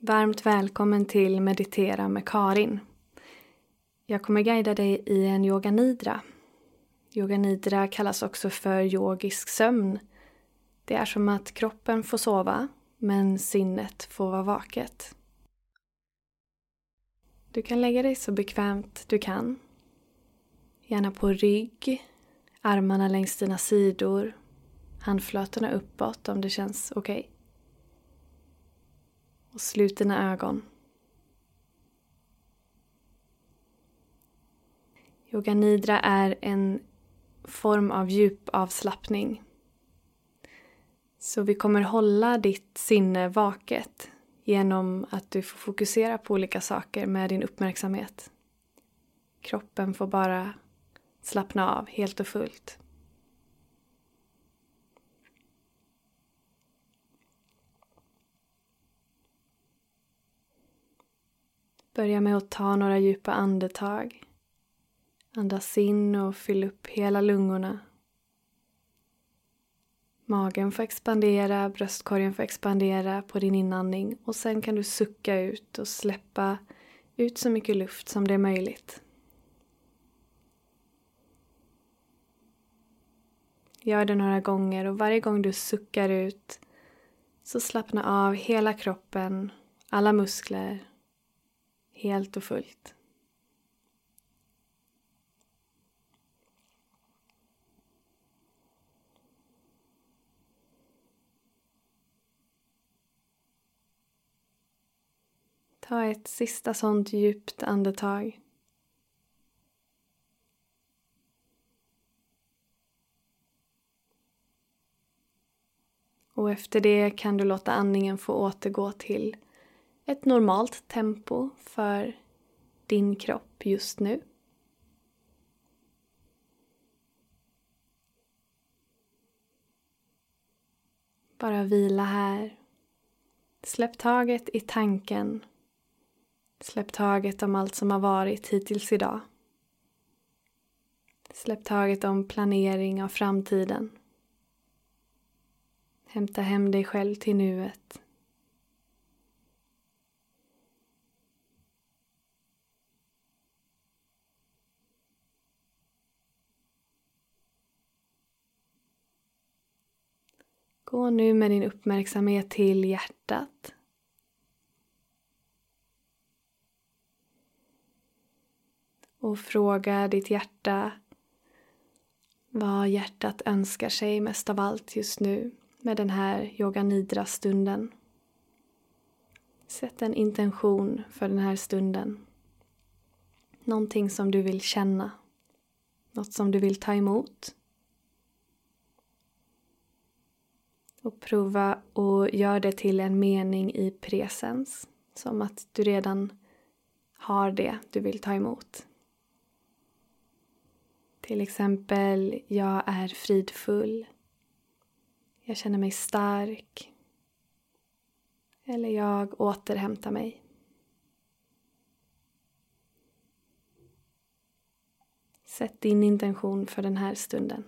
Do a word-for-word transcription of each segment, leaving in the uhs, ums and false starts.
Varmt välkommen till Meditera med Karin. Jag kommer guida dig i en yoga nidra. Yoga nidra kallas också för yogisk sömn. Det är som att kroppen får sova, men sinnet får vara vaket. Du kan lägga dig så bekvämt du kan. Gärna på rygg, armarna längs dina sidor, handflatorna uppåt om det känns okej. Okay. Och slut dina ögon. Yoga nidra är en form av djup avslappning. Så vi kommer hålla ditt sinne vaket genom att du får fokusera på olika saker med din uppmärksamhet. Kroppen får bara slappna av helt och fullt. Börja med att ta några djupa andetag. Andas in och fyll upp hela lungorna. Magen får expandera, bröstkorgen får expandera på din inandning. Och sen kan du sucka ut och släppa ut så mycket luft som det är möjligt. Gör det några gånger och varje gång du suckar ut så slappna av hela kroppen, alla muskler, helt och fullt. Ta ett sista sånt djupt andetag. Och efter det kan du låta andningen få återgå till ett normalt tempo för din kropp just nu. Bara vila här. Släpp taget i tanken. Släpp taget om allt som har varit hittills idag. Släpp taget om planering av framtiden. Hämta hem dig själv till nuet. Gå nu med din uppmärksamhet till hjärtat. Och fråga ditt hjärta vad hjärtat önskar sig mest av allt just nu med den här yoga nidra stunden. Sätt en intention för den här stunden. Någonting som du vill känna. Något som du vill ta emot. Och prova att göra det till en mening i presens. Som att du redan har det du vill ta emot. Till exempel, jag är fridfull. Jag känner mig stark. Eller jag återhämtar mig. Sätt din intention för den här stunden.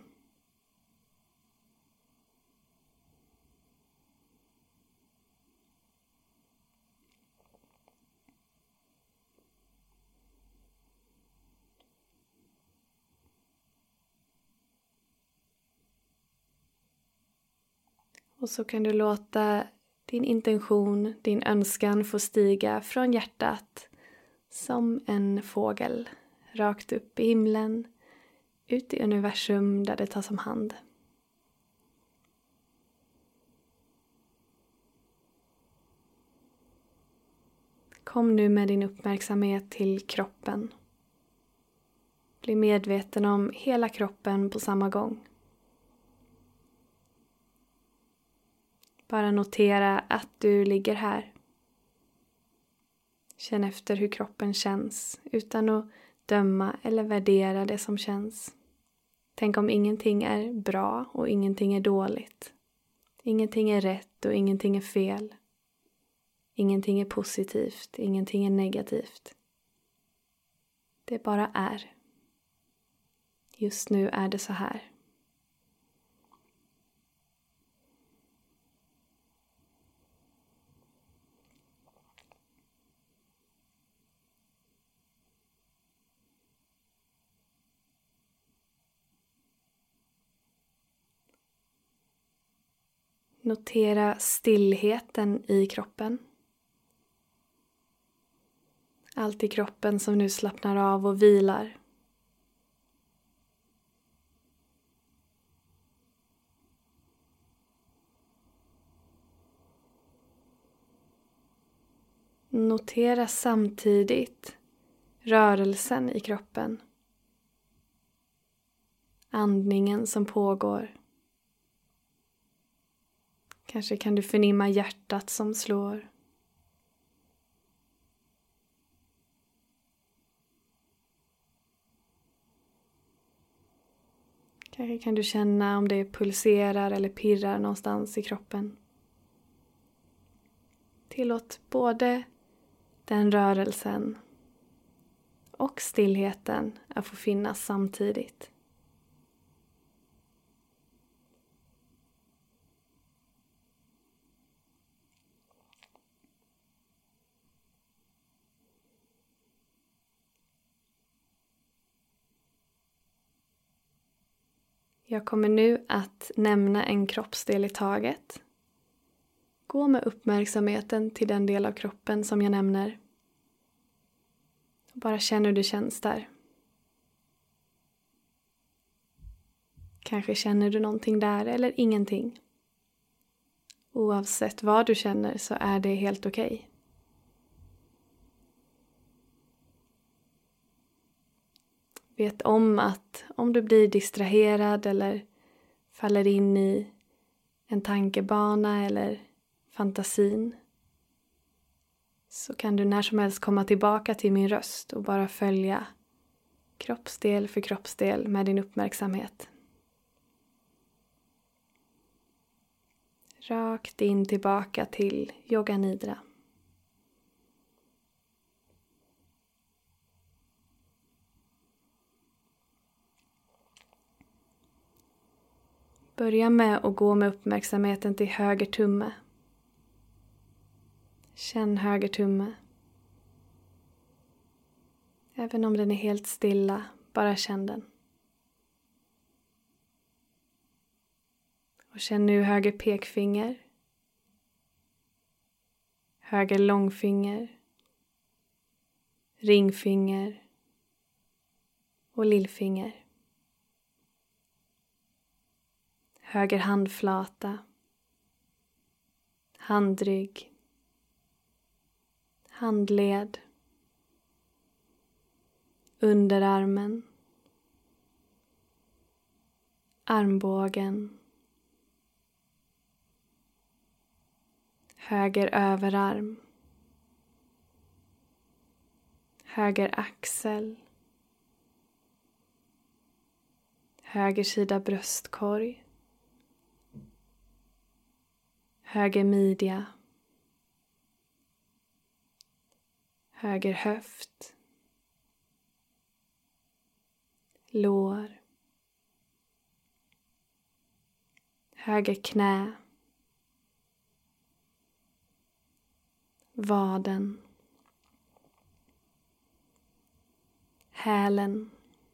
Och så kan du låta din intention, din önskan få stiga från hjärtat som en fågel rakt upp i himlen, ut i universum där det tas om hand. Kom nu med din uppmärksamhet till kroppen. Bli medveten om hela kroppen på samma gång. Bara notera att du ligger här. Känn efter hur kroppen känns utan att döma eller värdera det som känns. Tänk om ingenting är bra och ingenting är dåligt. Ingenting är rätt och ingenting är fel. Ingenting är positivt, ingenting är negativt. Det bara är. Just nu är det så här. Notera stillheten i kroppen. Allt i kroppen som nu slappnar av och vilar. Notera samtidigt rörelsen i kroppen. Andningen som pågår. Kanske kan du förnimma hjärtat som slår. Kanske kan du känna om det pulserar eller pirrar någonstans i kroppen. Tillåt både den rörelsen och stillheten att få finnas samtidigt. Jag kommer nu att nämna en kroppsdel i taget. Gå med uppmärksamheten till den del av kroppen som jag nämner. Bara känn hur det känns där. Kanske känner du någonting där eller ingenting. Oavsett vad du känner så är det helt okej. Vet om att om du blir distraherad eller faller in i en tankebana eller fantasin så kan du när som helst komma tillbaka till min röst och bara följa kroppsdel för kroppsdel med din uppmärksamhet. Rakt in tillbaka till Yoga Nidra. Börja med att gå med uppmärksamheten till höger tumme. Känn höger tumme. Även om den är helt stilla, bara känn den. Och känn nu höger pekfinger. Höger långfinger. Ringfinger. Och lillfinger. Höger handflata. Handrygg. Handled. Underarmen. Armbågen. Höger överarm. Höger axel. Höger sida bröstkorg. Höger midja. Höger höft. Lår. Höger knä. Vaden. Hälen.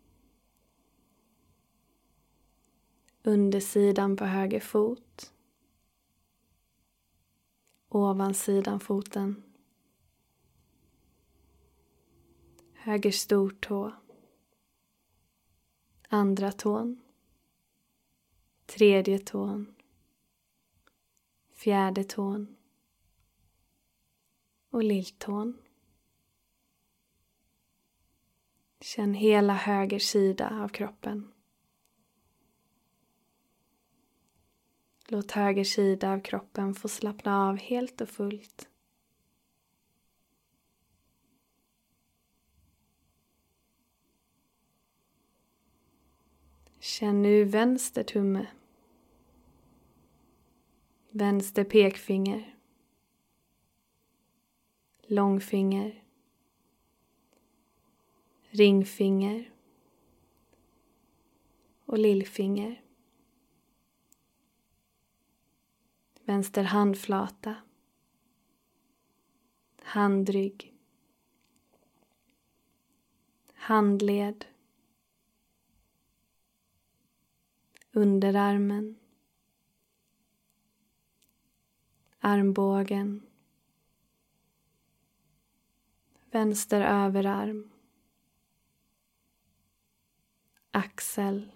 Undersidan på höger fot. Ovansidan foten. Höger stortå. Andra tån. Tredje tån. Fjärde tån. Och lilltån. Känn hela höger sida av kroppen. Låt höger sida av kroppen få slappna av helt och fullt. Känn nu vänster tumme. Vänster pekfinger. Långfinger. Ringfinger. Och lillfinger. Vänster handflata. Handrygg. Handled. Underarmen. armbågen, vänster överarm, axel,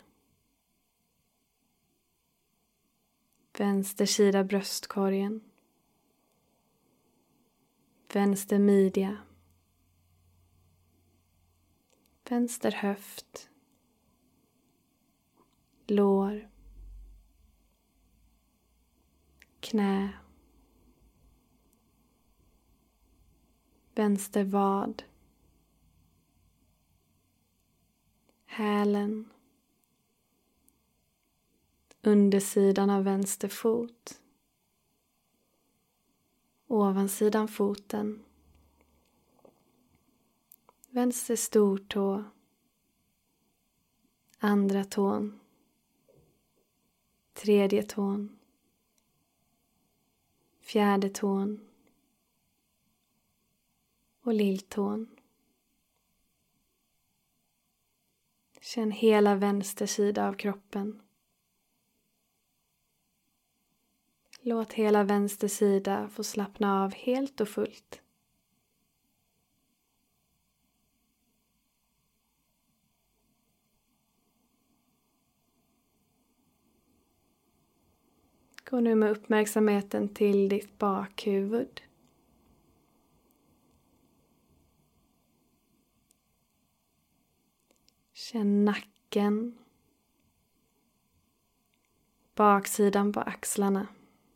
vänster sida bröstkorgen, vänster midja, vänster höft, lår, knä, vänster vad, hälen, undersidan av vänster fot, ovansidan foten, vänster stortå, andra tån, tredje tån, fjärde tån och lilltån. Känn hela vänster sida av kroppen. Låt hela vänster sida få slappna av helt och fullt. Gå nu med uppmärksamheten till ditt bakhuvud. Känn nacken, baksidan på axlarna,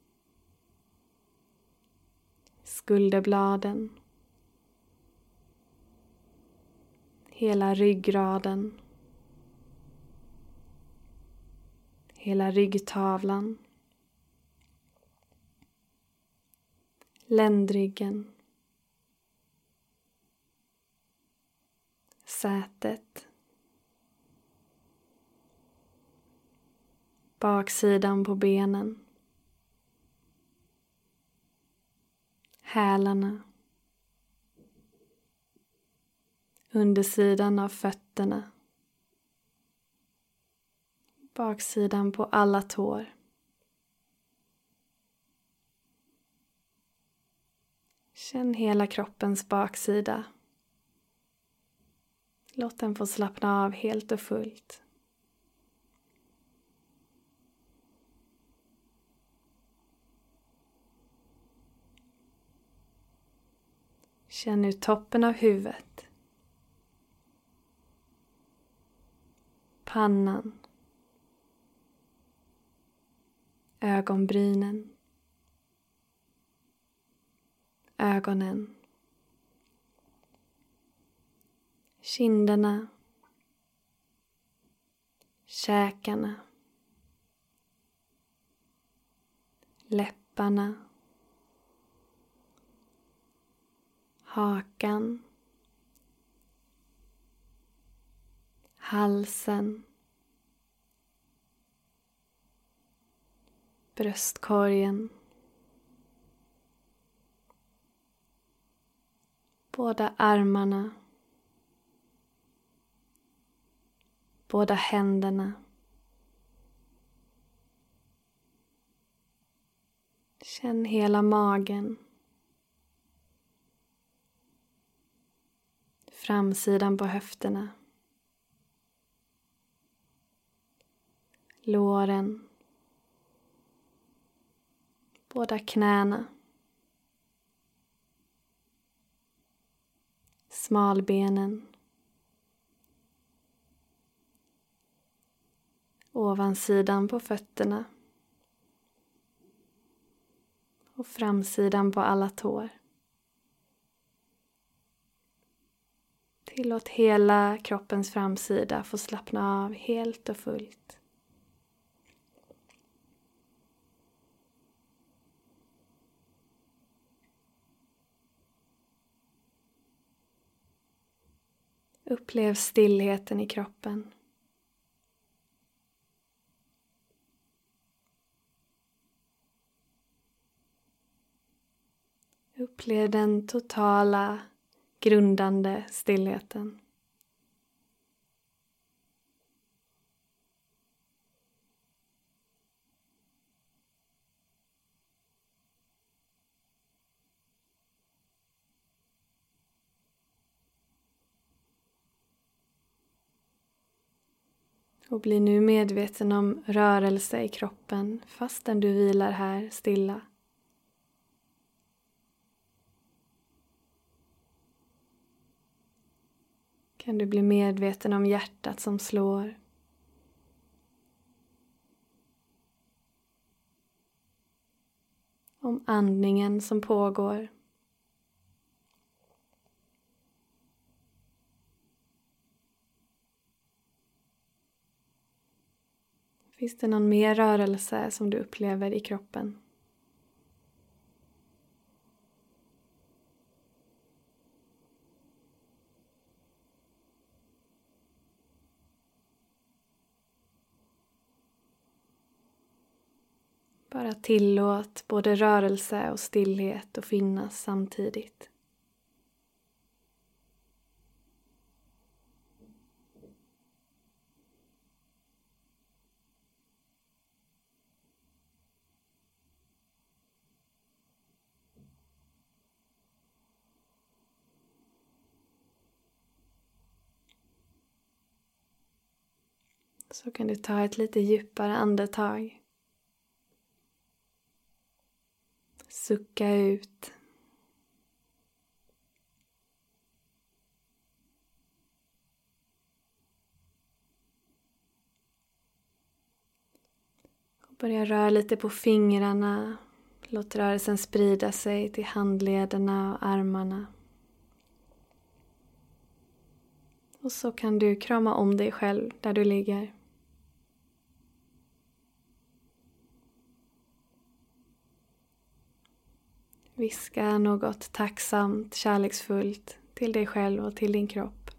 skulderbladen, hela ryggraden, hela ryggtavlan, ländryggen, sätet, baksidan på benen, hälarna, undersidan av fötterna, baksidan på alla tår. Känn hela kroppens baksida. Låt den få slappna av helt och fullt. Känn nu toppen av huvudet, pannan, ögonbrynen, ögonen, kinderna, käkarna, läpparna, hakan, halsen, bröstkorgen, båda armarna, båda händerna. Känn hela magen, framsidan på höfterna, låren, båda knäna, smalbenen, ovansidan på fötterna och framsidan på alla tår. Tillåt hela kroppens framsida få slappna av helt och fullt. Upplev stillheten i kroppen. Upplev den totala grundande stillheten. Och bli nu medveten om rörelse i kroppen fastän du vilar här stilla. Kan du bli medveten om hjärtat som slår. Om andningen som pågår. Finns det någon mer rörelse som du upplever i kroppen? Bara tillåt både rörelse och stillhet att finnas samtidigt. Så kan du ta ett lite djupare andetag. Sucka ut. Och börja röra lite på fingrarna. Låt rörelsen sprida sig till handlederna och armarna. Och så kan du krama om dig själv där du ligger. Viska något tacksamt, kärleksfullt till dig själv och till din kropp.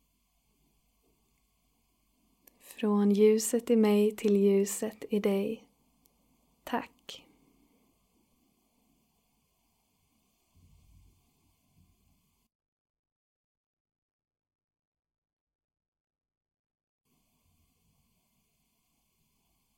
Från ljuset i mig till ljuset i dig.